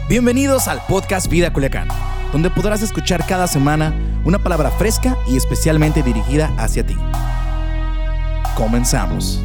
Bienvenidos al podcast Vida Culiacán, donde podrás escuchar cada semana una palabra fresca y especialmente dirigida hacia ti. Comenzamos.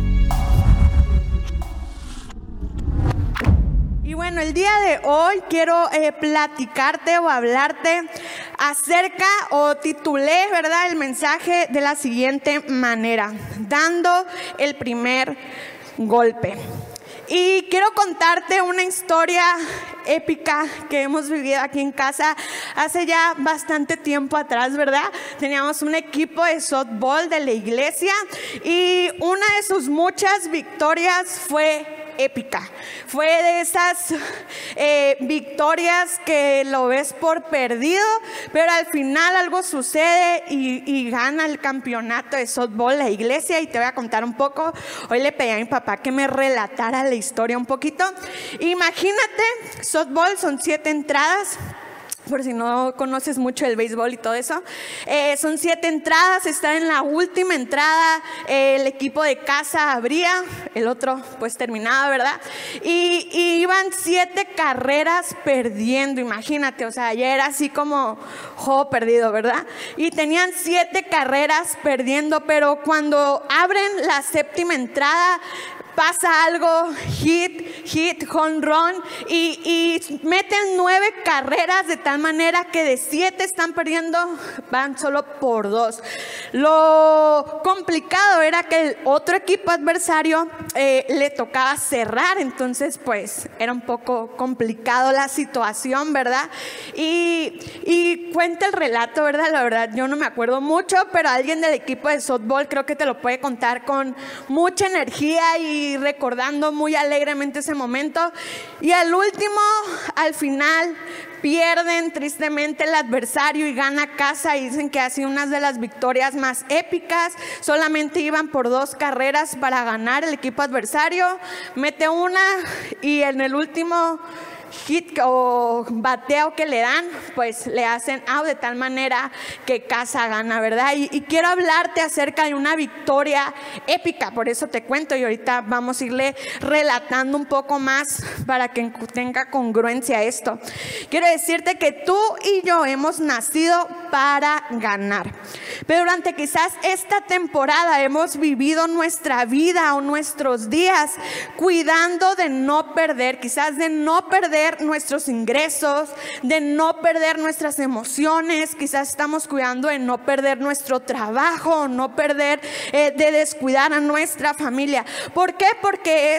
Y bueno, el día de hoy quiero platicarte o hablarte acerca, o titulé, ¿verdad?, el mensaje de la siguiente manera: dando el primer golpe. Y quiero contarte una historia épica que hemos vivido aquí en casa hace ya bastante tiempo atrás, ¿verdad? Teníamos un equipo de softball de la iglesia y una de sus muchas victorias fue épica. Fue de esas victorias que lo ves por perdido, pero al final algo sucede y gana el campeonato de softball la iglesia. Y te voy a contar un poco. Hoy le pedí a mi papá que me relatara la historia un poquito. Imagínate, softball son 7 entradas. Por si no conoces mucho el béisbol y todo eso, son 7 entradas. Está en la última entrada, el equipo de casa abría, el otro pues terminaba, ¿verdad? Y iban 7 carreras perdiendo, imagínate, o sea, ya era así como juego perdido, ¿verdad? Y tenían 7 carreras perdiendo, pero cuando abren la 7ª entrada, pasa algo, hit, home run, y meten 9 carreras de tal manera que de 7 están perdiendo, van solo por 2. Lo complicado era que el otro equipo adversario le tocaba cerrar, entonces pues era un poco complicado la situación, ¿verdad? Y cuenta el relato, ¿verdad? La verdad yo no me acuerdo mucho, pero alguien del equipo de softball creo que te lo puede contar con mucha energía y recordando muy alegremente ese momento. Y al último, al final, pierden tristemente el adversario y gana casa, y dicen que ha sido una de las victorias más épicas. Solamente iban por 2 carreras para ganar. El equipo adversario mete una y en el último hit o bateo que le dan, pues le hacen out de tal manera que casa gana, ¿verdad? Y quiero hablarte acerca de una victoria épica, por eso te cuento, y ahorita vamos a irle relatando un poco más para que tenga congruencia esto. Quiero decirte que tú y yo hemos nacido para ganar, pero durante quizás esta temporada hemos vivido nuestra vida o nuestros días cuidando de no perder, quizás de no perder nuestros ingresos, de no perder nuestras emociones. Quizás estamos cuidando de no perder nuestro trabajo, no perder, de descuidar a nuestra familia. ¿Por qué? Porque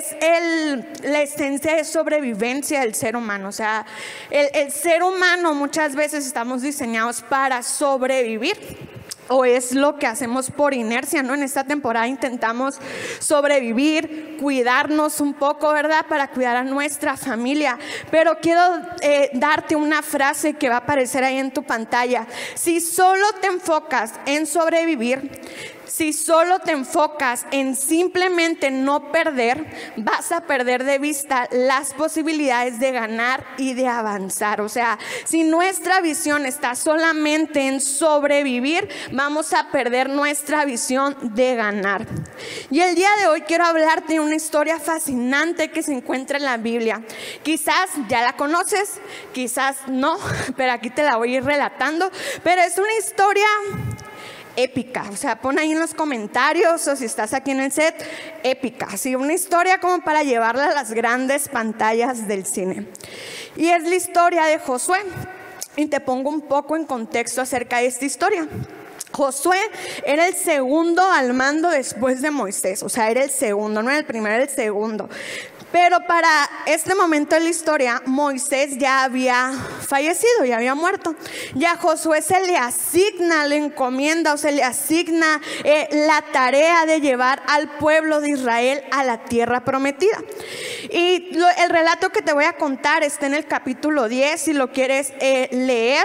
es la esencia de sobrevivencia del ser humano. O sea, el ser humano muchas veces estamos diseñados para sobrevivir. O es lo que hacemos por inercia, ¿no? En esta temporada intentamos sobrevivir, cuidarnos un poco, ¿verdad? Para cuidar a nuestra familia. Pero quiero darte una frase que va a aparecer ahí en tu pantalla. Si solo te enfocas en sobrevivir, si solo te enfocas en simplemente no perder, vas a perder de vista las posibilidades de ganar y de avanzar. O sea, si nuestra visión está solamente en sobrevivir, vamos a perder nuestra visión de ganar. Y el día de hoy quiero hablarte de una historia fascinante que se encuentra en la Biblia. Quizás ya la conoces, quizás no, pero aquí te la voy a ir relatando. Pero es una historia épica, o sea, pon ahí en los comentarios, o si estás aquí en el set, épica, así una historia como para llevarla a las grandes pantallas del cine. Y es la historia de Josué, y te pongo un poco en contexto acerca de esta historia. Josué era el segundo al mando después de Moisés, o sea, era el segundo, no era el primero, era el segundo. Pero para este momento de la historia, Moisés ya había fallecido, ya había muerto. Ya a Josué se le asigna la encomienda, o se le asigna la tarea de llevar al pueblo de Israel a la tierra prometida. Y el relato que te voy a contar está en el capítulo 10, si lo quieres leer.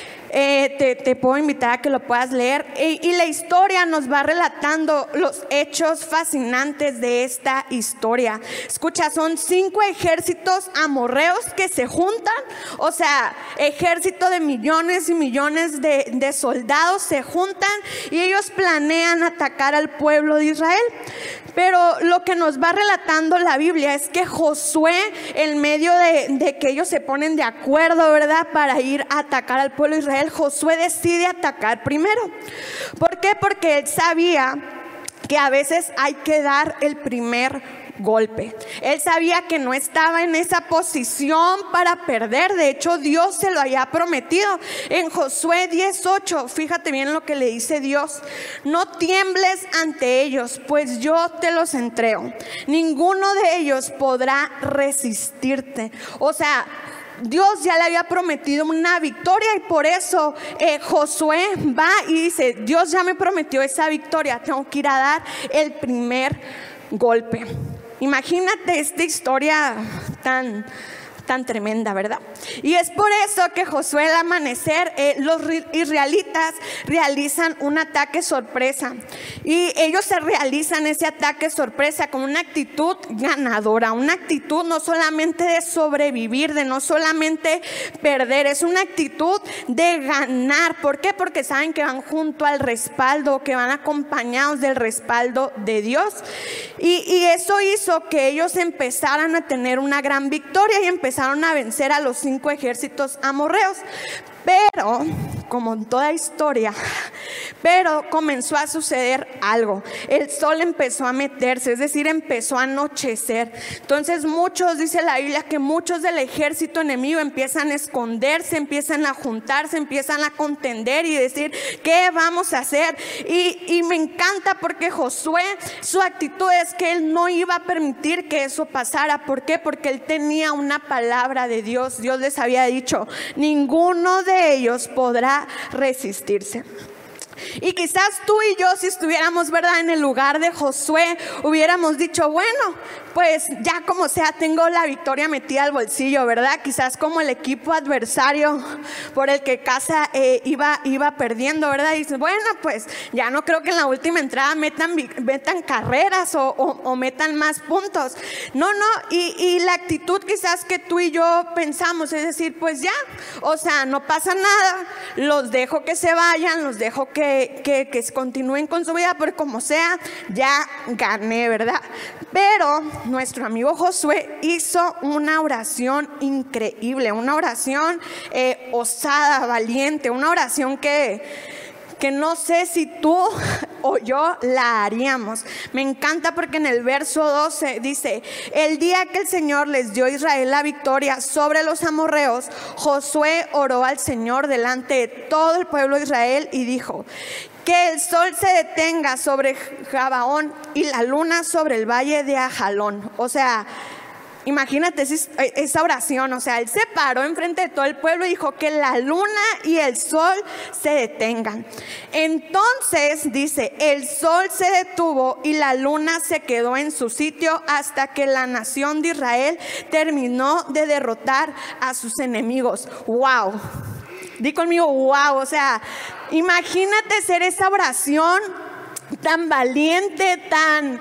Te puedo invitar a que lo puedas leer, y la historia nos va relatando los hechos fascinantes de esta historia. Escucha, son 5 ejércitos amorreos que se juntan, o sea, ejército de millones y millones de soldados se juntan y ellos planean atacar al pueblo de Israel. Pero lo que nos va relatando la Biblia es que Josué, en medio de que ellos se ponen de acuerdo, ¿verdad?, para ir a atacar al pueblo de Israel, Josué decide atacar primero. ¿Por qué? Porque él sabía que a veces hay que dar el primer golpe. Él sabía que no estaba en esa posición para perder. De hecho, Dios se lo había prometido. En Josué 10:8, fíjate bien lo que le dice Dios: no tiembles ante ellos, pues yo te los entrego. Ninguno de ellos podrá resistirte. O sea, Dios ya le había prometido una victoria, y por eso Josué va y dice: Dios ya me prometió esa victoria, tengo que ir a dar el primer golpe. Imagínate esta historia tan tremenda, ¿verdad? Y es por eso que Josué, al amanecer, los israelitas realizan un ataque sorpresa, y ellos se realizan ese ataque sorpresa con una actitud ganadora, una actitud no solamente de sobrevivir, de no solamente perder, es una actitud de ganar. ¿Por qué? Porque saben que van junto al respaldo, que van acompañados del respaldo de Dios, y eso hizo que ellos empezaran a tener una gran victoria y empezaron a vencer a los 5 ejércitos amorreos. Pero, como en toda historia, comenzó a suceder algo. El sol empezó a meterse, es decir, empezó a anochecer. Entonces dice la Biblia, que muchos del ejército enemigo empiezan a esconderse, empiezan a juntarse, empiezan a contender y decir: ¿qué vamos a hacer? Y me encanta porque Josué, su actitud es que él no iba a permitir que eso pasara. ¿Por qué? Porque él tenía una palabra de Dios. Dios les había dicho: ninguno de ellos podrá resistirse. Y quizás tú y yo, si estuviéramos, ¿verdad?, en el lugar de Josué, hubiéramos dicho: bueno, pues ya como sea, tengo la victoria metida al bolsillo, ¿verdad? Quizás como el equipo adversario por el que Casa iba perdiendo, ¿verdad? Y dices: bueno, pues ya no creo que en la última entrada metan carreras o metan más puntos. No, y la actitud quizás que tú y yo pensamos es decir: pues ya, o sea, no pasa nada, los dejo que se vayan, los dejo que continúen con su vida, pero como sea, ya gané, ¿verdad? Pero nuestro amigo Josué hizo una oración increíble, una oración osada, valiente, una oración que no sé si tú o yo la haríamos. Me encanta porque en el verso 12 dice: el día que el Señor les dio a Israel la victoria sobre los amorreos, Josué oró al Señor delante de todo el pueblo de Israel y dijo: que el sol se detenga sobre Gabaón y la luna sobre el valle de Ajalón. O sea, imagínate esa oración. O sea, él se paró enfrente de todo el pueblo y dijo: que la luna y el sol se detengan. Entonces dice: el sol se detuvo y la luna se quedó en su sitio hasta que la nación de Israel terminó de derrotar a sus enemigos. ¡Wow! Di conmigo: wow. O sea, imagínate hacer esa oración tan valiente, tan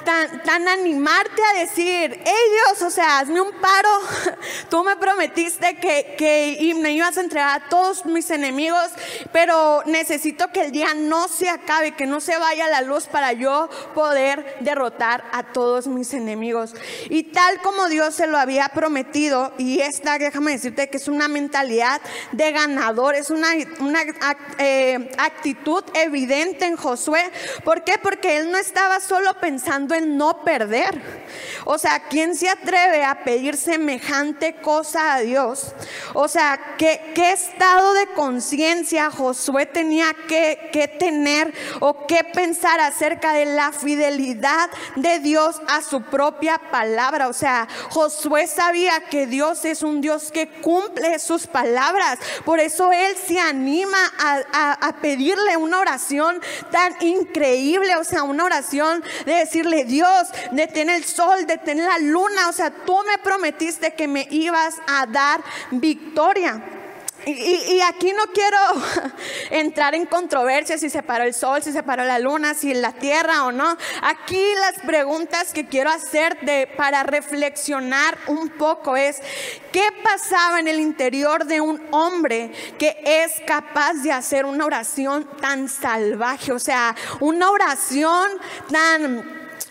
animarte a decir: hey Dios, o sea, hazme un paro. Tú me prometiste que me ibas a entregar a todos mis enemigos, pero necesito que el día no se acabe, que no se vaya la luz para yo poder derrotar a todos mis enemigos. Y tal como Dios se lo había prometido, y déjame decirte que es una mentalidad de ganador, es una actitud evidente en Josué. ¿Por qué? Porque él no estaba solo pensando en no perder. O sea, ¿quién se atreve a pedir semejante cosa a Dios? O sea, ¿qué estado de conciencia Josué tenía que tener o qué pensar acerca de la fidelidad de Dios a su propia palabra? O sea, Josué sabía que Dios es un Dios que cumple sus palabras. Por eso él se anima a pedirle una oración tan increíble. O sea, una oración de decirle: Dios, detén el sol, detén la luna. O sea, tú me prometiste que me ibas a dar victoria. Y aquí no quiero entrar en controversia si se paró el sol, si se paró la luna, si la tierra o no. Aquí las preguntas que quiero hacerte para reflexionar un poco es: ¿qué pasaba en el interior de un hombre que es capaz de hacer una oración tan salvaje? O sea, una oración tan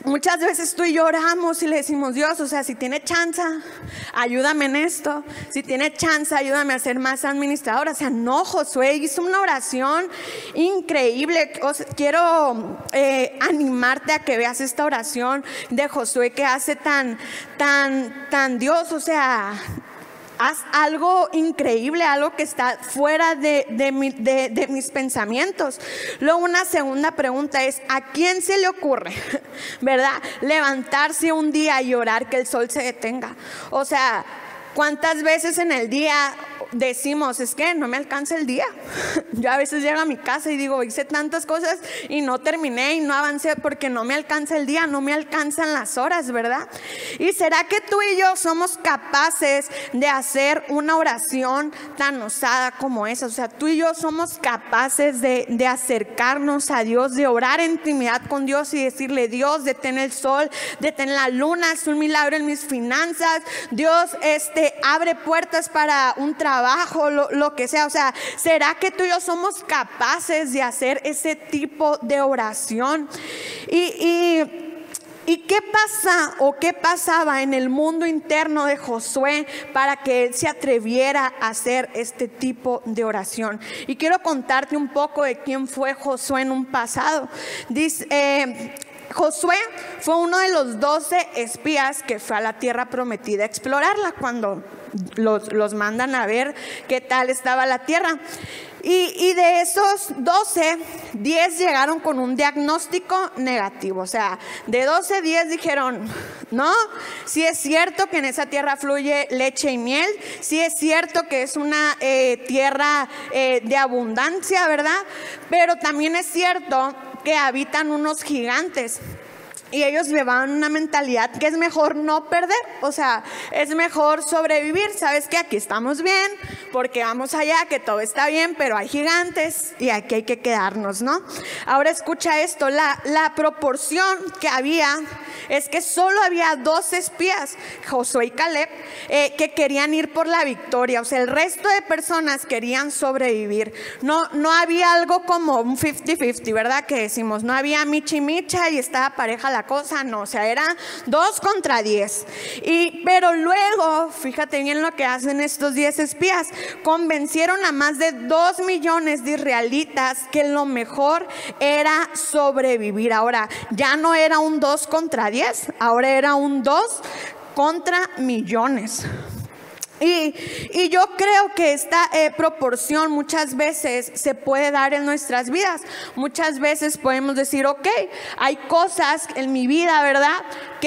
muchas veces tú y yo oramos y le decimos, Dios, o sea, si tiene chance, ayúdame en esto. Si tiene chance, ayúdame a ser más administradora. O sea, no, Josué hizo una oración increíble. Quiero animarte a que veas esta oración de Josué que hace tan Dios, o sea, haz algo increíble, algo que está fuera de mis pensamientos. Luego una segunda pregunta es, ¿a quién se le ocurre, verdad, levantarse un día y orar que el sol se detenga? O sea, ¿cuántas veces en el día decimos, es que no me alcanza el día? Yo a veces llego a mi casa y digo, hice tantas cosas y no terminé y no avancé porque no me alcanza el día, no me alcanzan las horas, ¿verdad? ¿Y será que tú y yo somos capaces de hacer una oración tan osada como esa? O sea, tú y yo somos capaces de acercarnos a Dios, de orar en intimidad con Dios y decirle, Dios, detén el sol, detén la luna, es un milagro en mis finanzas. Dios, abre puertas para un trabajo, lo que sea. O sea, ¿será que tú y yo somos capaces de hacer ese tipo de oración? ¿Y qué pasa o qué pasaba en el mundo interno de Josué para que él se atreviera a hacer este tipo de oración? Y quiero contarte un poco de quién fue Josué en un pasado. Dice, Josué fue uno de los 12 espías que fue a la tierra prometida a explorarla cuando los mandan a ver qué tal estaba la tierra. Y de esos 12, 10 llegaron con un diagnóstico negativo. O sea, de 12, 10 dijeron, no, sí es cierto que en esa tierra fluye leche y miel, sí es cierto que es una tierra de abundancia, ¿verdad? Pero también es cierto que habitan unos gigantes. Y ellos llevaban una mentalidad que es mejor no perder, o sea, es mejor sobrevivir. Sabes que aquí estamos bien, porque vamos allá, que todo está bien, pero hay gigantes y aquí hay que quedarnos, ¿no? Ahora escucha esto, la proporción que había es que solo había 2 espías, Josué y Caleb, que querían ir por la victoria. O sea, el resto de personas querían sobrevivir. No había algo como un 50-50, ¿verdad? Que decimos, no había micha y micha y estaba pareja la cosa, no, o sea, era 2 contra 10. Pero luego, fíjate bien lo que hacen estos 10 espías, convencieron a más de 2 millones de israelitas que lo mejor era sobrevivir. Ahora, ya no era un 2 contra 10, ahora era un 2 contra millones. Y yo creo que esta proporción muchas veces se puede dar en nuestras vidas. Muchas veces podemos decir, ok, hay cosas en mi vida, ¿verdad?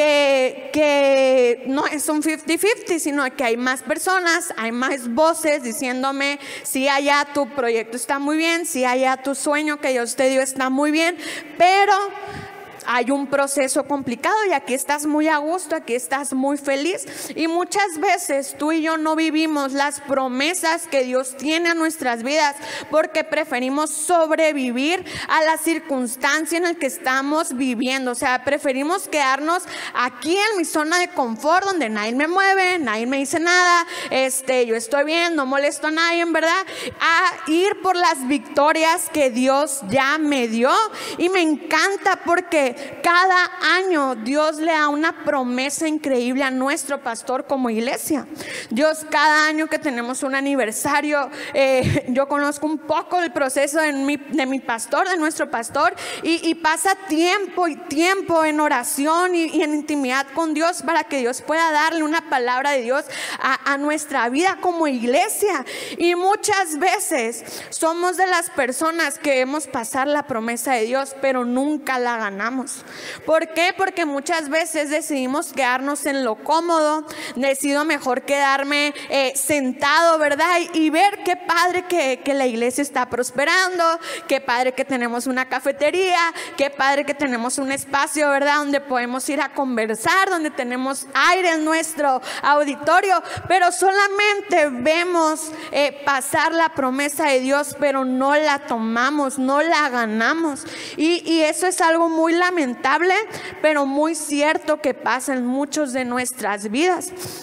Que no es un 50-50, sino que hay más personas, hay más voces diciéndome, sí, allá tu proyecto está muy bien, sí, allá tu sueño que Dios te dio está muy bien, pero hay un proceso complicado y aquí estás muy a gusto, aquí estás muy feliz. Y muchas veces tú y yo no vivimos las promesas que Dios tiene a nuestras vidas porque preferimos sobrevivir a la circunstancia en la que estamos viviendo. O sea, preferimos quedarnos aquí en mi zona de confort donde nadie me mueve, nadie me dice nada, yo estoy bien, no molesto a nadie, en verdad, a ir por las victorias que Dios ya me dio. Y me encanta porque cada año Dios le da una promesa increíble a nuestro pastor como iglesia. Dios, cada año que tenemos un aniversario, yo conozco un poco el proceso de mi pastor, de nuestro pastor, y pasa tiempo y tiempo en oración y en intimidad con Dios para que Dios pueda darle una palabra de Dios a nuestra vida como iglesia. Y muchas veces somos de las personas que queremos pasar la promesa de Dios, pero nunca la ganamos. ¿Por qué? Porque muchas veces decidimos quedarnos en lo cómodo. Decido mejor quedarme sentado, ¿verdad? Y ver qué padre que la iglesia está prosperando, qué padre que tenemos una cafetería, qué padre que tenemos un espacio, ¿verdad? Donde podemos ir a conversar, donde tenemos aire en nuestro auditorio, pero solamente vemos pasar la promesa de Dios, pero no la tomamos, no la ganamos. Y eso es algo muy lamentable, pero muy cierto que pasa en muchas de nuestras vidas.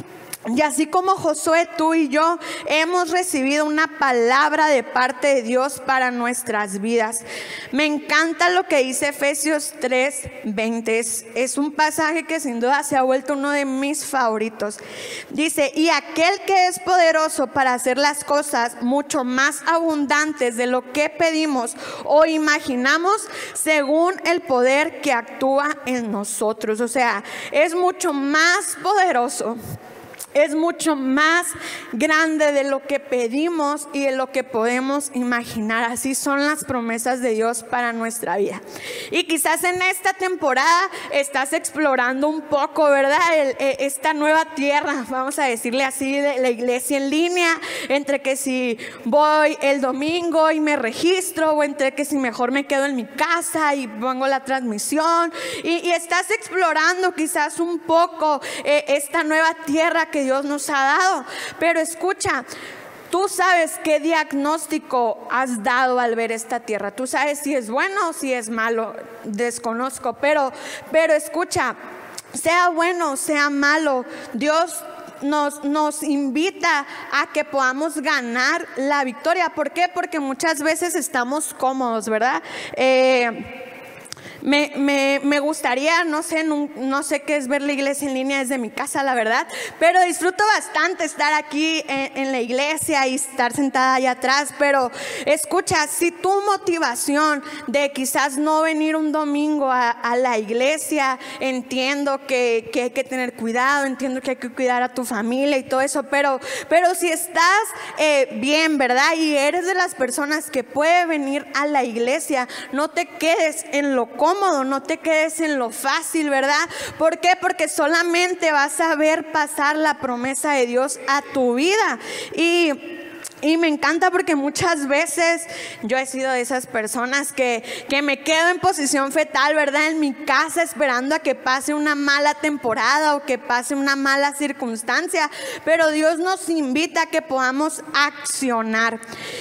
Y así como Josué, tú y yo hemos recibido una palabra de parte de Dios para nuestras vidas. Me encanta lo que dice Efesios 3:20. Es un pasaje que sin duda se ha vuelto uno de mis favoritos. Dice: y aquel que es poderoso para hacer las cosas mucho más abundantes de lo que pedimos o imaginamos, según el poder que actúa en nosotros. O sea, es mucho más poderoso. Es mucho más grande de lo que pedimos y de lo que podemos imaginar. Así son las promesas de Dios para nuestra vida. Y quizás en esta temporada estás explorando un poco, ¿verdad? Esta nueva tierra, vamos a decirle así, de la iglesia en línea. Entre que si voy el domingo y me registro, o entre que si mejor me quedo en mi casa y pongo la transmisión. Y estás explorando quizás un poco esta nueva tierra que Dios nos ha dado. Pero escucha, tú sabes qué diagnóstico has dado al ver esta tierra. Tú sabes si es bueno o si es malo. Desconozco, pero escucha, sea bueno, sea malo, Dios nos invita a que podamos ganar la victoria. ¿Por qué? Porque muchas veces estamos cómodos, ¿verdad? Me gustaría, no sé qué es ver la iglesia en línea desde mi casa, la verdad, pero disfruto bastante estar aquí en la iglesia y estar sentada allá atrás. Pero escucha, si tu motivación de quizás no venir un domingo a la iglesia, entiendo que hay que tener cuidado, entiendo que hay que cuidar a tu familia y todo eso, pero si estás bien, ¿verdad? Y eres de las personas que puede venir a la iglesia, no te quedes en lo cómodo, no te quedes en lo fácil, ¿verdad? ¿Por qué? Porque solamente vas a ver pasar la promesa de Dios a tu vida. Y me encanta porque muchas veces yo he sido de esas personas que me quedo en posición fetal, ¿verdad? En mi casa esperando a que pase una mala temporada o que pase una mala circunstancia. Pero Dios nos invita a que podamos accionar.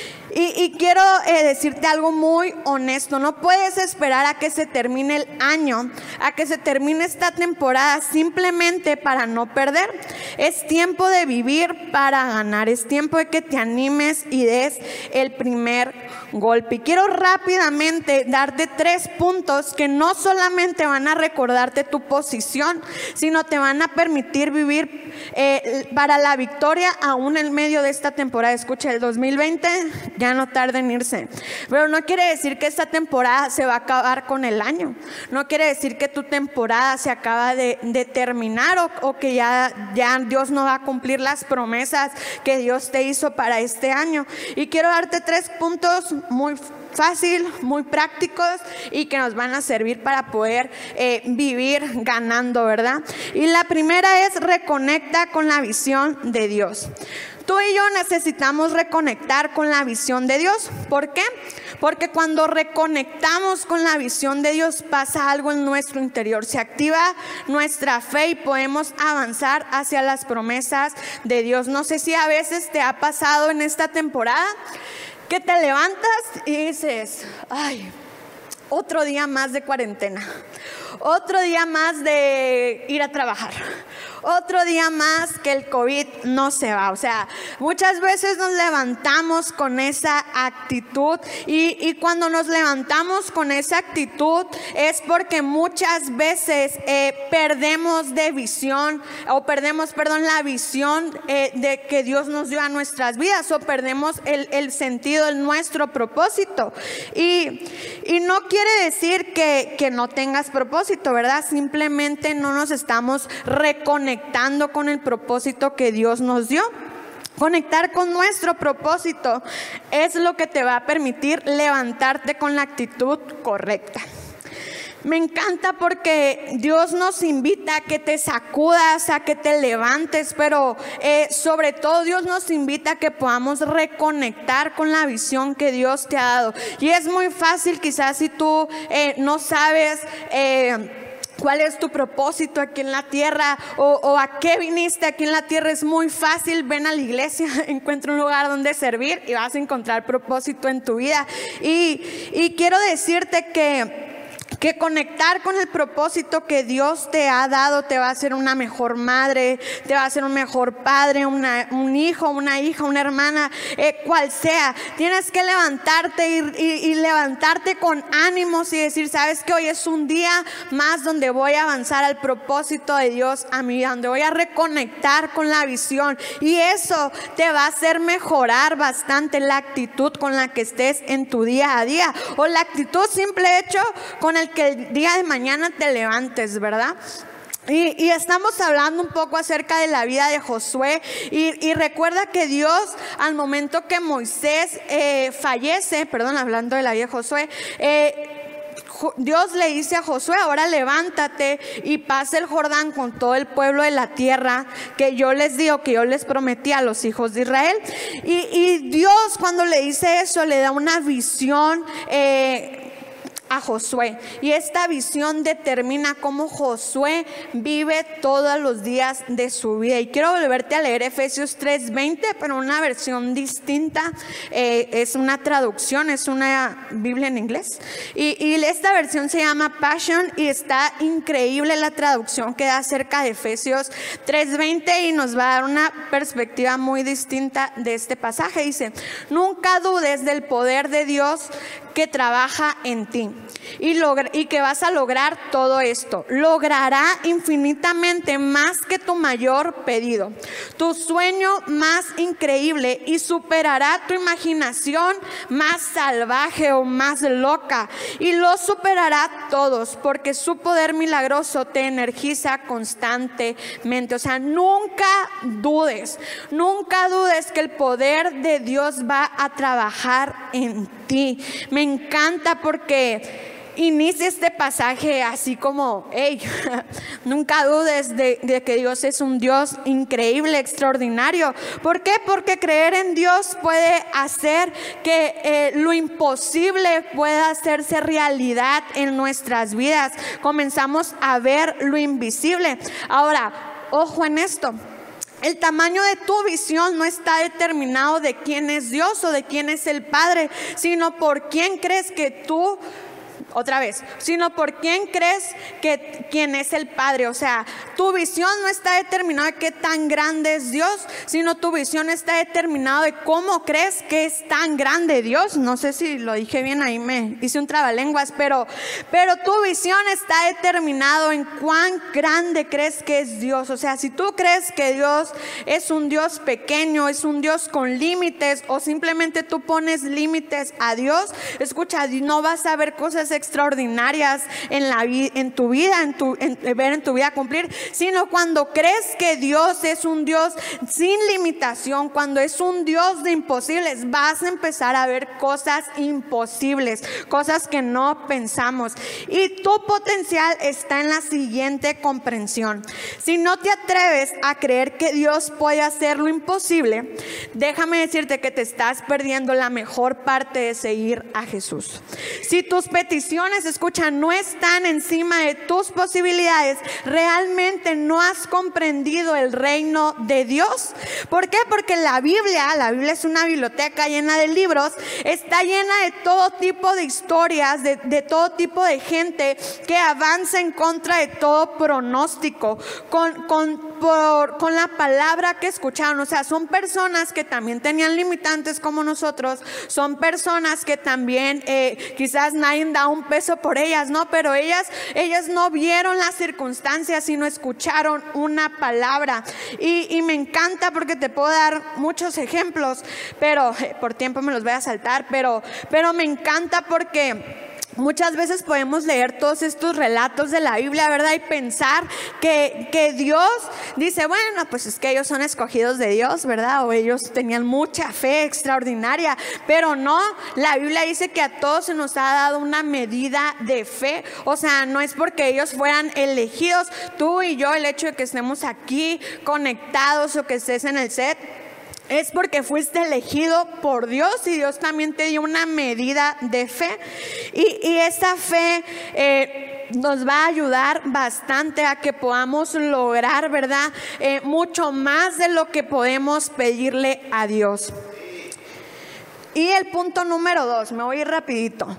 Y quiero decirte algo muy honesto. No puedes esperar a que se termine el año, a que se termine esta temporada simplemente para no perder. Es tiempo de vivir para ganar. Es tiempo de que te animes y des el primer golpe. Y quiero rápidamente darte 3 puntos que no solamente van a recordarte tu posición, sino te van a permitir vivir para la victoria aún en medio de esta temporada. Escucha, el 2020 ya no tarda en irse, pero no quiere decir que esta temporada se va a acabar con el año. No quiere decir que tu temporada se acaba de terminar o que ya Dios no va a cumplir las promesas que Dios te hizo para este año. Y quiero darte 3 puntos muy fácil, muy prácticos y que nos van a servir para poder vivir ganando, ¿verdad? Y la primera es: reconecta con la visión de Dios. Tú y yo necesitamos reconectar con la visión de Dios. ¿Por qué? Porque cuando reconectamos con la visión de Dios pasa algo en nuestro interior. Se activa nuestra fe y podemos avanzar hacia las promesas de Dios. No sé si a veces te ha pasado en esta temporada que te levantas y dices: ay, otro día más de cuarentena, otro día más de ir a trabajar, otro día más que el COVID no se va. O sea, muchas veces nos levantamos con esa actitud y cuando nos levantamos con esa actitud es porque muchas veces perdemos de visión o perdemos la visión de que Dios nos dio a nuestras vidas, o perdemos el sentido de nuestro propósito. Y no quiere decir que no tengas propósito, ¿verdad? Simplemente no nos estamos reconectando con el propósito que Dios nos dio. Conectar con nuestro propósito es lo que te va a permitir levantarte con la actitud correcta. Me encanta porque Dios nos invita a que te sacudas, a que te levantes, pero sobre todo Dios nos invita a que podamos reconectar con la visión que Dios te ha dado. Y es muy fácil, quizás si tú no sabes ¿cuál es tu propósito aquí en la tierra? O a qué viniste aquí en la tierra. Es muy fácil: ven a la iglesia, encuentra un lugar donde servir y vas a encontrar propósito en tu vida. Y quiero decirte que que conectar con el propósito que Dios te ha dado te va a hacer una mejor madre, te va a hacer un mejor padre, un hijo, una hija, una hermana, cual sea. Tienes que levantarte y levantarte con ánimos y decir, sabes que hoy es un día más donde voy a avanzar al propósito de Dios a mi vida, donde voy a reconectar con la visión, y eso te va a hacer mejorar bastante la actitud con la que estés en tu día a día, o la actitud simple hecho con el que el día de mañana te levantes, ¿verdad? Y estamos hablando un poco acerca de la vida de Josué, y recuerda que Dios, al momento que Moisés fallece, hablando de la vida de Josué, Dios le dice a Josué, ahora levántate y pasa el Jordán con todo el pueblo de la tierra que yo les digo, que yo les prometí a los hijos de Israel. Y Dios, cuando le dice eso, le da una visión a Josué, y esta visión determina cómo Josué vive todos los días de su vida. Y quiero volverte a leer Efesios 3:20, pero una versión distinta, es una traducción, es una Biblia en inglés, y esta versión se llama Passion, y está increíble la traducción que da acerca de Efesios 3:20, y nos va a dar una perspectiva muy distinta de este pasaje. Dice: nunca dudes del poder de Dios que trabaja en ti, y que vas a lograr todo esto. Logrará infinitamente más que tu mayor pedido, tu sueño más increíble, y superará tu imaginación más salvaje o más loca, y lo superará todos, porque su poder milagroso te energiza constantemente. O sea, nunca dudes que el poder de Dios va a trabajar en ti. Me encanta porque inicia este pasaje así como, hey, nunca dudes de que Dios es un Dios increíble, extraordinario. ¿Por qué? Porque creer en Dios puede hacer que lo imposible pueda hacerse realidad en nuestras vidas. Comenzamos a ver lo invisible. Ahora, ojo en esto. El tamaño de tu visión no está determinado de quién es Dios o de quién es el Padre, sino por quién crees que tú, sino por quién crees que quién es el Padre. O sea, tu visión no está determinada de qué tan grande es Dios, sino tu visión está determinada de cómo crees que es tan grande Dios. No sé si lo dije bien, ahí me hice un trabalenguas, pero tu visión está determinado en cuán grande crees que es Dios. O sea, si tú crees que Dios es un Dios pequeño, es un Dios con límites, o simplemente tú pones límites a Dios, escucha, no vas a ver cosas extraordinarias en tu vida, ver en tu vida cumplir, sino cuando crees que Dios es un Dios sin limitación, cuando es un Dios de imposibles, vas a empezar a ver cosas imposibles, cosas que no pensamos. Y tu potencial está en la siguiente comprensión: si no te atreves a creer que Dios puede hacer lo imposible, déjame decirte que te estás perdiendo la mejor parte de seguir a Jesús. Si tus peticiones, escucha, no están encima de tus posibilidades, realmente no has comprendido el reino de Dios. ¿Por qué? Porque la Biblia es una biblioteca llena de libros, está llena de todo tipo de historias, de todo tipo de gente que avanza en contra de todo pronóstico, con la palabra que escucharon. O sea, son personas que también tenían limitantes como nosotros, son personas que también quizás nadie da un peso por ellas, ¿no? Pero ellas no vieron las circunstancias, sino escucharon una palabra. Y me encanta porque te puedo dar muchos ejemplos, pero por tiempo me los voy a saltar, pero me encanta porque muchas veces podemos leer todos estos relatos de la Biblia, ¿verdad? Y pensar que Dios dice, bueno, pues es que ellos son escogidos de Dios, ¿verdad? O ellos tenían mucha fe extraordinaria. Pero no, la Biblia dice que a todos se nos ha dado una medida de fe. O sea, no es porque ellos fueran elegidos. Tú y yo, el hecho de que estemos aquí conectados o que estés en el set, es porque fuiste elegido por Dios, y Dios también te dio una medida de fe. Y esa fe nos va a ayudar bastante a que podamos lograr, ¿verdad? Mucho más de lo que podemos pedirle a Dios. Y el punto número 2, me voy a ir rapidito.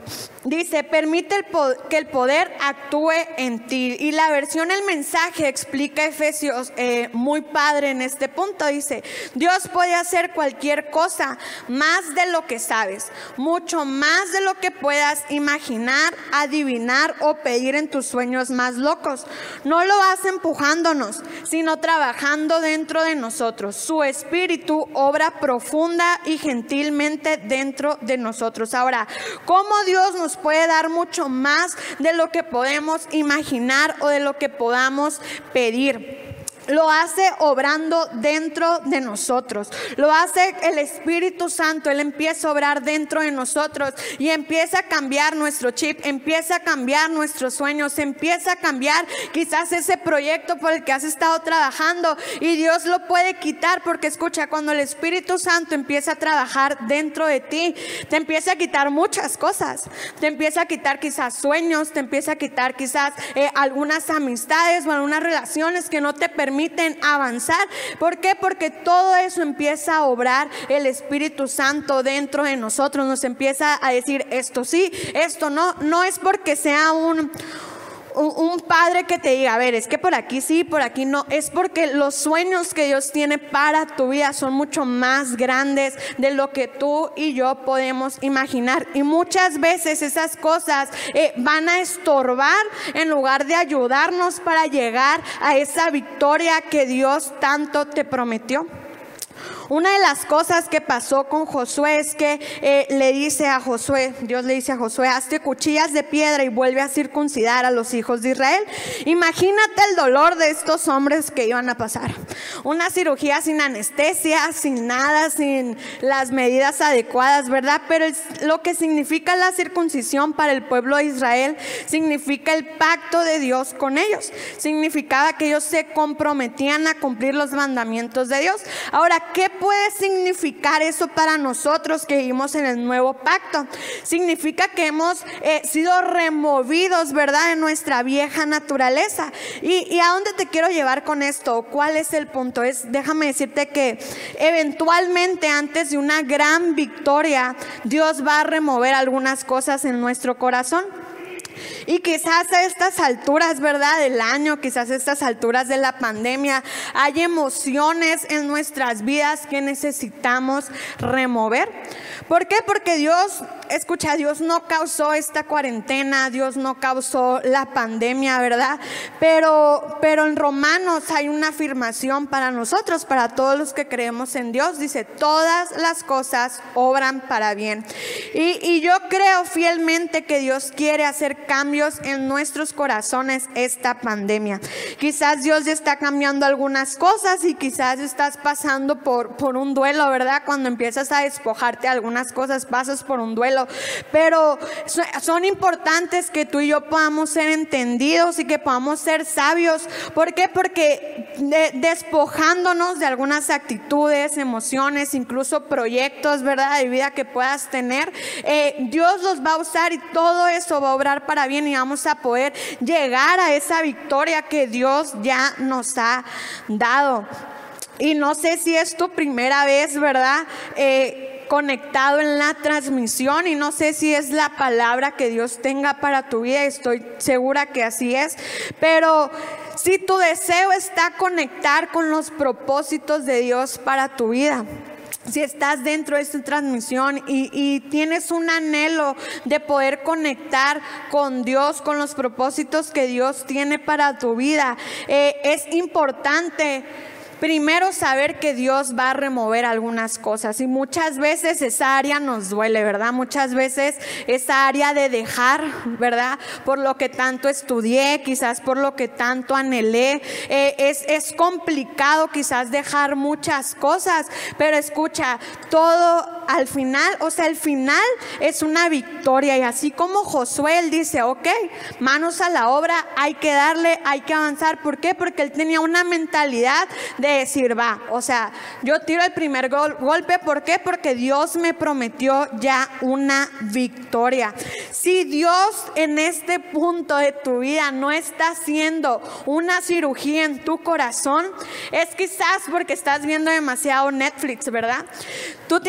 Dice, permite que el poder actúe en ti. Y la versión El Mensaje explica Efesios muy padre en este punto. Dice, Dios puede hacer cualquier cosa, más de lo que sabes, mucho más de lo que puedas imaginar, adivinar o pedir en tus sueños más locos. No lo hace empujándonos, sino trabajando dentro de nosotros. Su Espíritu obra profunda y gentilmente dentro de nosotros. Ahora, ¿cómo Dios nos puede dar mucho más de lo que podemos imaginar o de lo que podamos pedir? Lo hace obrando dentro de nosotros. Lo hace el Espíritu Santo. Él empieza a obrar dentro de nosotros y empieza a cambiar nuestro chip, empieza a cambiar nuestros sueños, empieza a cambiar quizás ese proyecto por el que has estado trabajando, y Dios lo puede quitar, porque escucha, cuando el Espíritu Santo empieza a trabajar dentro de ti, te empieza a quitar muchas cosas. Te empieza a quitar quizás sueños, te empieza a quitar quizás algunas amistades o algunas relaciones que no te permiten avanzar. ¿Por qué? Porque todo eso empieza a obrar el Espíritu Santo dentro de nosotros. Nos empieza a decir esto sí, esto no. No es porque sea un padre que te diga, a ver, es que por aquí sí, por aquí no. Es porque los sueños que Dios tiene para tu vida son mucho más grandes de lo que tú y yo podemos imaginar. Y muchas veces esas cosas van a estorbar en lugar de ayudarnos para llegar a esa victoria que Dios tanto te prometió. Una de las cosas que pasó con Josué es que Dios le dice a Josué, hazte cuchillas de piedra y vuelve a circuncidar a los hijos de Israel. Imagínate el dolor de estos hombres que iban a pasar. Una cirugía sin anestesia, sin nada, sin las medidas adecuadas, ¿verdad? Pero lo que significa la circuncisión para el pueblo de Israel significa el pacto de Dios con ellos. Significaba que ellos se comprometían a cumplir los mandamientos de Dios. Ahora, ¿qué puede significar eso para nosotros que vivimos en el nuevo pacto? Significa que hemos sido removidos, ¿verdad?, de nuestra vieja naturaleza. ¿Y a dónde te quiero llevar con esto? ¿Cuál es el punto? Déjame decirte que eventualmente, antes de una gran victoria, Dios va a remover algunas cosas en nuestro corazón. Y quizás a estas alturas, ¿verdad?, del año, quizás a estas alturas de la pandemia, hay emociones en nuestras vidas que necesitamos remover. ¿Por qué? Porque Dios no causó esta cuarentena, Dios no causó la pandemia, ¿verdad? Pero en Romanos hay una afirmación para nosotros, para todos los que creemos en Dios. Dice, todas las cosas obran para bien. Y yo creo fielmente que Dios quiere hacer cambios en nuestros corazones esta pandemia. Quizás Dios ya está cambiando algunas cosas y quizás estás pasando por un duelo, ¿verdad? Cuando empiezas a despojarte de algunas cosas, pasas por un duelo. Pero son importantes que tú y yo podamos ser entendidos y que podamos ser sabios. ¿Por qué? Porque despojándonos de algunas actitudes, emociones, incluso proyectos, ¿verdad?, de vida que puedas tener, Dios los va a usar y todo eso va a obrar para bien, y vamos a poder llegar a esa victoria que Dios ya nos ha dado. Y no sé si es tu primera vez, ¿verdad?, conectado en la transmisión, y no sé si es la palabra que Dios tenga para tu vida. Estoy segura que así es, pero si tu deseo está conectar con los propósitos de Dios para tu vida, si estás dentro de esta transmisión y tienes un anhelo de poder conectar con Dios, con los propósitos que Dios tiene para tu vida, es importante primero saber que Dios va a remover algunas cosas, y muchas veces esa área nos duele, ¿verdad? Muchas veces esa área de dejar, ¿verdad?, por lo que tanto estudié, quizás por lo que tanto anhelé, es complicado quizás dejar muchas cosas, pero escucha, todo al final, o sea, el final es una victoria. Y así como Josué, él dice, ok, manos a la obra, hay que darle, hay que avanzar. ¿Por qué? Porque él tenía una mentalidad de decir, va, o sea, yo tiro el primer golpe. ¿Por qué? Porque Dios me prometió ya una victoria. Si Dios en este punto de tu vida no está haciendo una cirugía en tu corazón, es quizás porque estás viendo demasiado Netflix, ¿verdad? Tú tienes que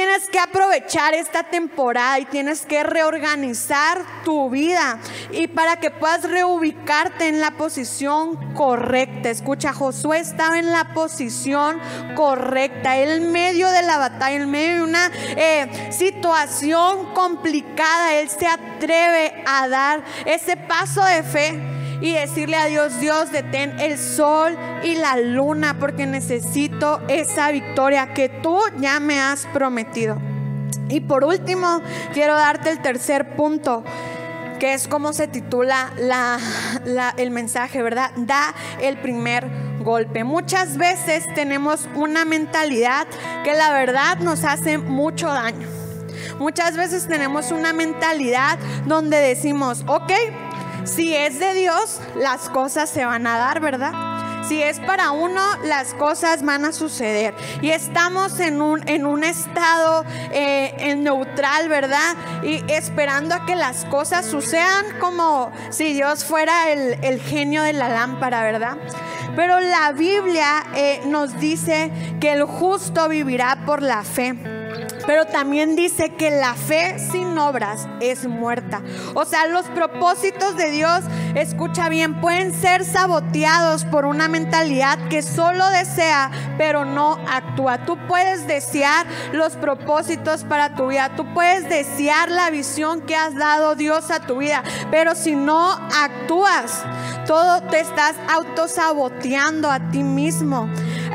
aprovechar esta temporada y tienes que reorganizar tu vida y para que puedas reubicarte en la posición correcta. Escucha, Josué estaba en la posición correcta, en medio de la batalla, en medio de una situación complicada. Él se atreve a dar ese paso de fe y decirle a Dios: Dios, detén el sol y la luna porque necesito esa victoria que tú ya me has prometido. Y por último, quiero darte el tercer punto, que es como se titula el mensaje, ¿verdad? Da el primer golpe. Muchas veces tenemos una mentalidad que la verdad nos hace mucho daño. Muchas veces tenemos una mentalidad donde decimos: ok, si es de Dios, las cosas se van a dar, ¿verdad? Si es para uno, las cosas van a suceder. Y estamos en un estado en neutral, ¿verdad? Y esperando a que las cosas sucedan como si Dios fuera el genio de la lámpara, ¿verdad? Pero la Biblia nos dice que el justo vivirá por la fe. Pero también dice que la fe sin obras es muerta. O sea, los propósitos de Dios, escucha bien, pueden ser saboteados por una mentalidad que solo desea, pero no actúa. Tú puedes desear los propósitos para tu vida. Tú puedes desear la visión que has dado Dios a tu vida. Pero si no actúas, todo te estás autosaboteando a ti mismo.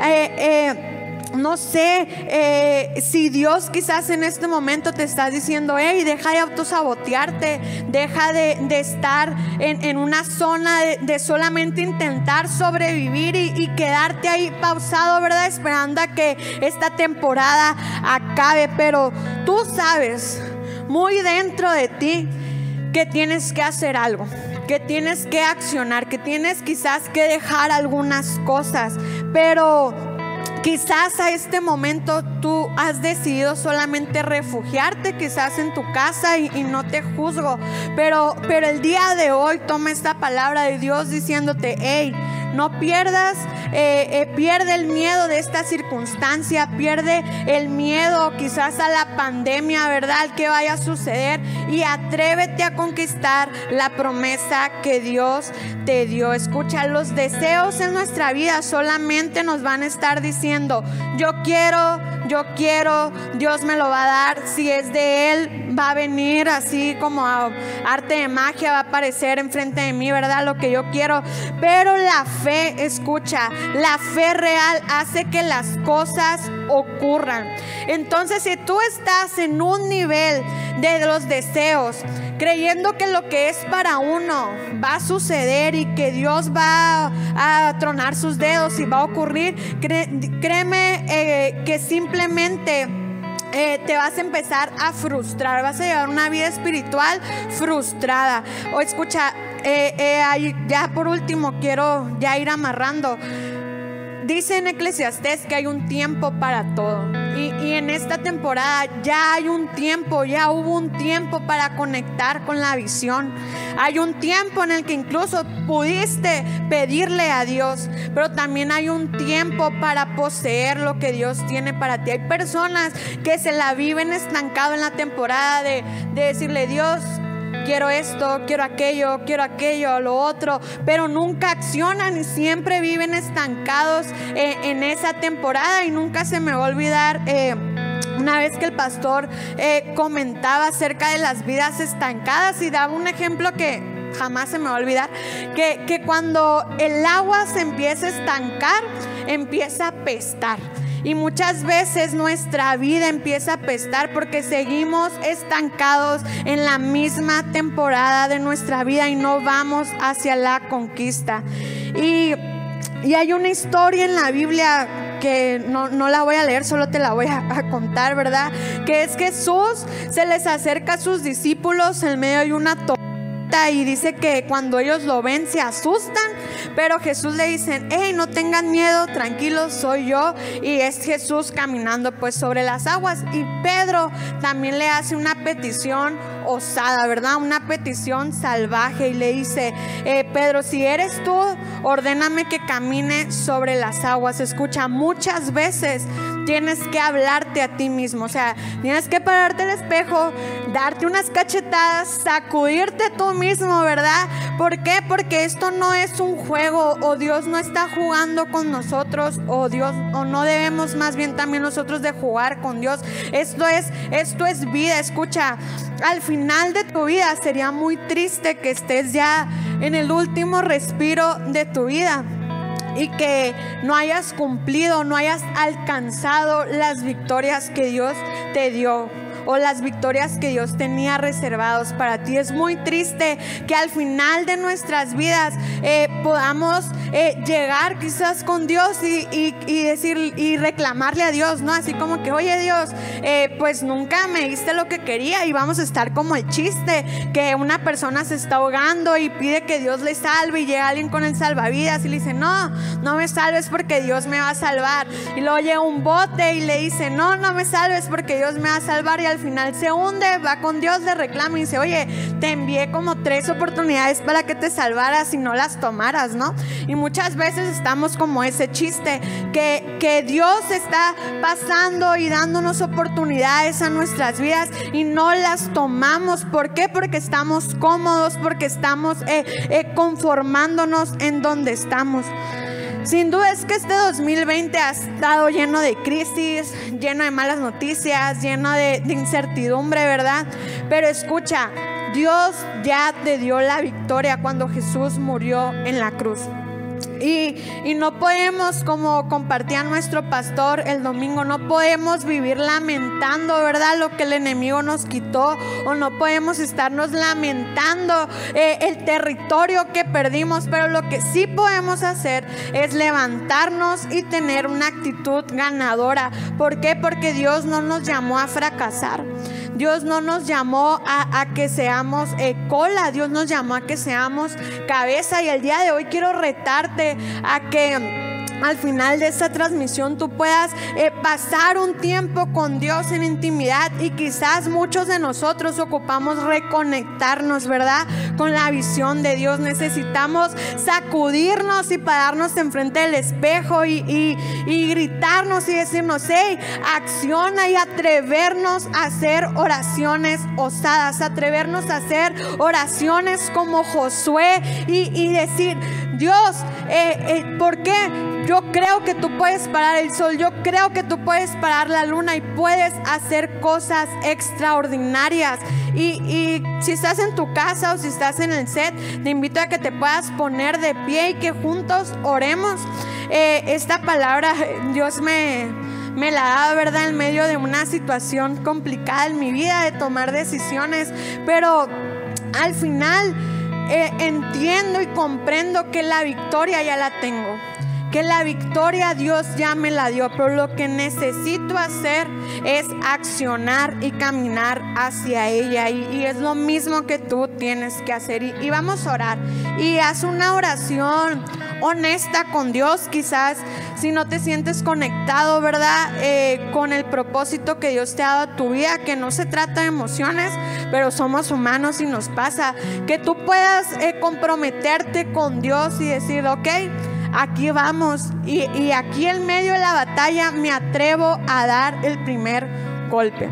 No sé si Dios quizás en este momento te está diciendo: hey, deja de autosabotearte, deja de estar en una zona de solamente intentar sobrevivir y quedarte ahí pausado, ¿verdad? Esperando a que esta temporada acabe. Pero tú sabes muy dentro de ti que tienes que hacer algo, que tienes que accionar, que tienes quizás que dejar algunas cosas. Pero quizás a este momento tú has decidido solamente refugiarte quizás en tu casa y no te juzgo, pero el día de hoy toma esta palabra de Dios diciéndote: hey, no pierdas, pierde el miedo de esta circunstancia, pierde el miedo quizás a la pandemia, ¿verdad? Que vaya a suceder, y atrévete a conquistar la promesa que Dios te dio. Escucha, los deseos en nuestra vida solamente nos van a estar diciendo: yo quiero, Dios me lo va a dar. Si es de Él, va a venir así como arte de magia, va a aparecer enfrente de mí, ¿verdad? Lo que yo quiero. Pero la fe, escucha, la fe real hace que las cosas ocurran. Entonces, si tú estás en un nivel de los deseos, creyendo que lo que es para uno va a suceder y que Dios va a tronar sus dedos y va a ocurrir, créeme que simplemente te vas a empezar a frustrar, vas a llevar una vida espiritual frustrada. O escucha, ya por último quiero ya ir amarrando. Dice en Eclesiastés que hay un tiempo para todo. Y en esta temporada ya hay un tiempo, ya hubo un tiempo para conectar con la visión. Hay un tiempo en el que incluso pudiste pedirle a Dios, pero también hay un tiempo para poseer lo que Dios tiene para ti. Hay personas que se la viven estancado en la temporada de decirle: Dios, quiero esto, quiero aquello, lo otro, pero nunca accionan y siempre viven estancados en esa temporada. Y nunca se me va a olvidar una vez que el pastor comentaba acerca de las vidas estancadas y daba un ejemplo que jamás se me va a olvidar, que cuando el agua se empieza a estancar, empieza a apestar. Y muchas veces nuestra vida empieza a apestar porque seguimos estancados en la misma temporada de nuestra vida y no vamos hacia la conquista. Y hay una historia en la Biblia que no la voy a leer, solo te la voy a contar, ¿verdad? Que es que Jesús se les acerca a sus discípulos en medio de una tormenta. Y dice que cuando ellos lo ven se asustan, pero Jesús le dice: hey, no tengan miedo, tranquilos, soy yo. Y es Jesús caminando pues sobre las aguas. Y Pedro también le hace una petición osada, ¿verdad? Una petición salvaje, y le dice: Pedro, si eres tú, ordéname que camine sobre las aguas. Escucha, muchas veces tienes que hablarte a ti mismo. O sea, tienes que pararte al espejo, darte unas cachetadas, sacudirte tú mismo, ¿verdad? ¿Por qué? Porque esto no es un juego, o Dios no está jugando con nosotros, o no debemos más bien también nosotros de jugar con Dios. Esto es vida. Escucha, al final de tu vida sería muy triste que estés ya en el último respiro de tu vida y que no hayas cumplido, no hayas alcanzado las victorias que Dios te dio, o las victorias que Dios tenía reservados para ti. Es muy triste que al final de nuestras vidas podamos llegar quizás con Dios y decir y reclamarle a Dios, ¿no? Así como que, oye Dios, pues nunca me diste lo que quería, y vamos a estar como el chiste que una persona se está ahogando y pide que Dios le salve, y llega alguien con el salvavidas y le dice, no me salves porque Dios me va a salvar. Y luego llega un bote y le dice, no me salves porque Dios me va a salvar, y al final se hunde, va con Dios, le reclama y dice, oye, te envié como 3 oportunidades para que te salvaras y no las tomaras, ¿no? Y muchas veces estamos como ese chiste que Dios está pasando y dándonos oportunidades a nuestras vidas y no las tomamos. ¿Por qué? Porque estamos cómodos, porque estamos conformándonos en donde estamos. Sin duda es que este 2020 ha estado lleno de crisis, lleno de malas noticias, lleno de incertidumbre, ¿verdad? Pero escucha, Dios ya te dio la victoria cuando Jesús murió en la cruz. Y no podemos, como compartía nuestro pastor el domingo, no podemos vivir lamentando, ¿verdad?, lo que el enemigo nos quitó, o no podemos estarnos lamentando el territorio que perdimos. Pero lo que sí podemos hacer es levantarnos y tener una actitud ganadora. ¿Por qué? Porque Dios no nos llamó a fracasar. Dios no nos llamó a que seamos cola. Dios nos llamó a que seamos cabeza. Y el día de hoy quiero retarte a que al final de esta transmisión tú puedas pasar un tiempo con Dios en intimidad. Y quizás muchos de nosotros ocupamos reconectarnos, ¿verdad?, con la visión de Dios. Necesitamos sacudirnos y pararnos enfrente del espejo y gritarnos y decirnos, hey, acciona, y atrevernos a hacer oraciones osadas, atrevernos a hacer oraciones como Josué y decir, Dios, ¿por qué? Yo creo que tú puedes parar el sol, yo creo que tú puedes parar la luna y puedes hacer cosas extraordinarias. Y si estás en tu casa o si estás en el set, te invito a que te puedas poner de pie y que juntos oremos. Esta palabra Dios me la da, ¿verdad?, en medio de una situación complicada en mi vida, de tomar decisiones, pero al final entiendo y comprendo que la victoria ya la tengo, que la victoria Dios ya me la dio, pero lo que necesito hacer es accionar y caminar hacia ella, y es lo mismo que tú tienes que hacer. Y vamos a orar, y haz una oración honesta con Dios. Quizás si no te sientes conectado, ¿verdad?, con el propósito que Dios te ha dado a tu vida, que no se trata de emociones, pero somos humanos y nos pasa, que tú puedas comprometerte con Dios y decir, ok, aquí vamos, y aquí en medio de la batalla me atrevo a dar el primer golpe.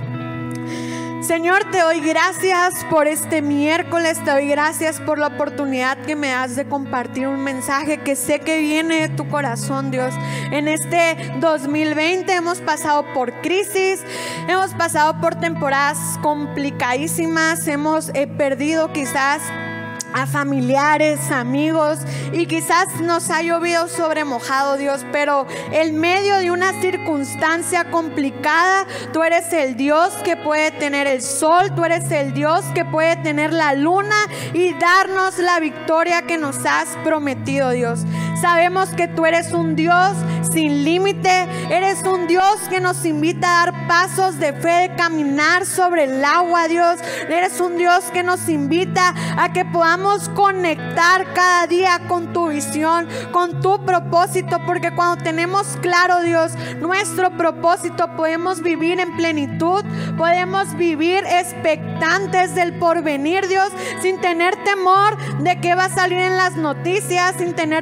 Señor, te doy gracias por este miércoles, te doy gracias por la oportunidad que me das de compartir un mensaje que sé que viene de tu corazón, Dios. En este 2020 hemos pasado por crisis, hemos pasado por temporadas complicadísimas, hemos perdido quizás a familiares, amigos, y quizás nos ha llovido sobre mojado, Dios, pero en medio de una circunstancia complicada, tú eres el Dios que puede tener el sol, tú eres el Dios que puede tener la luna y darnos la victoria que nos has prometido, Dios. Sabemos que tú eres un Dios sin límite, eres un Dios que nos invita a dar pasos de fe, de caminar sobre el agua, Dios. Eres un Dios que nos invita a que podamos conectar cada día con tu visión, con tu propósito, porque cuando tenemos claro, Dios, nuestro propósito, podemos vivir en plenitud, podemos vivir expectantes del porvenir, Dios, sin tener temor de qué va a salir en las noticias, sin tener temor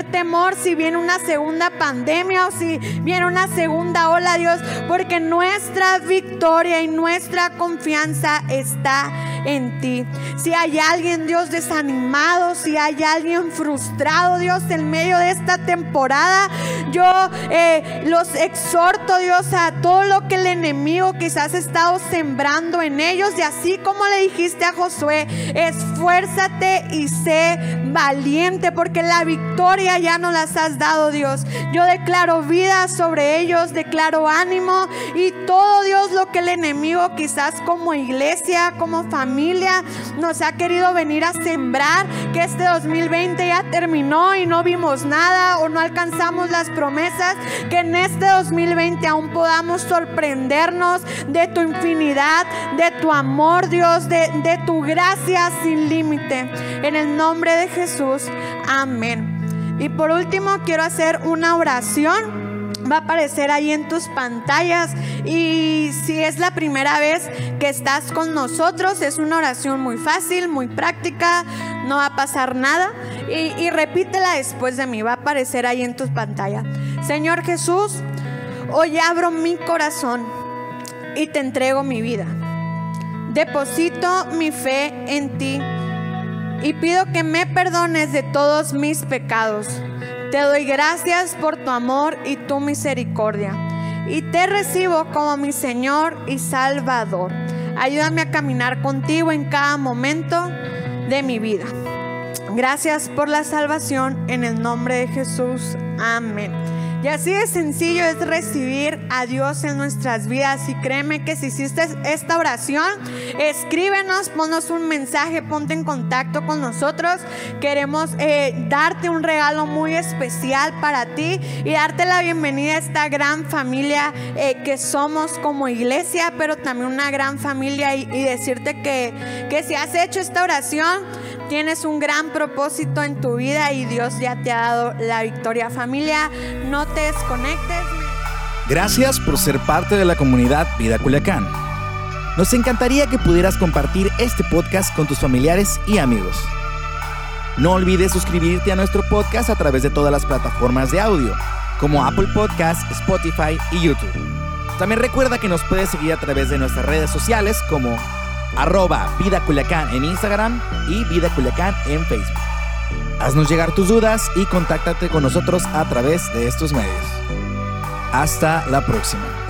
Señor, si viene una segunda pandemia o si viene una segunda ola, Dios, porque nuestra victoria y nuestra confianza está en ti. Si hay alguien, Dios, desanimado, si hay alguien frustrado, Dios, en medio de esta temporada, yo los exhorto, Dios, a todo lo que el enemigo quizás ha estado sembrando en ellos, y así como le dijiste a Josué, esfuérzate y sé valiente, porque la victoria ya nos las has dado, Dios. Yo declaro vida sobre ellos, declaro ánimo, y todo, Dios, lo que el enemigo quizás como iglesia, como familia, nos ha querido venir a sembrar, que este 2020 ya terminó y no vimos nada o no alcanzamos las promesas, que en este 2020 aún podamos sorprendernos de tu infinidad, de tu amor, Dios, de tu gracia sin límite. En el nombre de Jesús, amén. Y por último, quiero hacer una oración. Va a aparecer ahí en tus pantallas, y si es la primera vez que estás con nosotros, es una oración muy fácil, muy práctica, no va a pasar nada, y repítela después de mí. Va a aparecer ahí en tus pantallas. Señor Jesús, hoy abro mi corazón y te entrego mi vida. Deposito mi fe en ti y pido que me perdones de todos mis pecados. Te doy gracias por tu amor y tu misericordia, y te recibo como mi Señor y Salvador. Ayúdame a caminar contigo en cada momento de mi vida. Gracias por la salvación, en el nombre de Jesús. Amén. Y así de sencillo es recibir a Dios en nuestras vidas. Y créeme que si hiciste esta oración, escríbenos, ponnos un mensaje, ponte en contacto con nosotros. Queremos darte un regalo muy especial para ti y darte la bienvenida a esta gran familia que somos como iglesia, pero también una gran familia, y decirte que si has hecho esta oración, tienes un gran propósito en tu vida y Dios ya te ha dado la victoria. Familia, no te desconectes. Gracias por ser parte de la comunidad Vida Culiacán. Nos encantaría que pudieras compartir este podcast con tus familiares y amigos. No olvides suscribirte a nuestro podcast a través de todas las plataformas de audio, como Apple Podcasts, Spotify y YouTube. También recuerda que nos puedes seguir a través de nuestras redes sociales como @Vida Culiacán en Instagram y Vida Culiacán en Facebook. Haznos llegar tus dudas y contáctate con nosotros a través de estos medios. Hasta la próxima.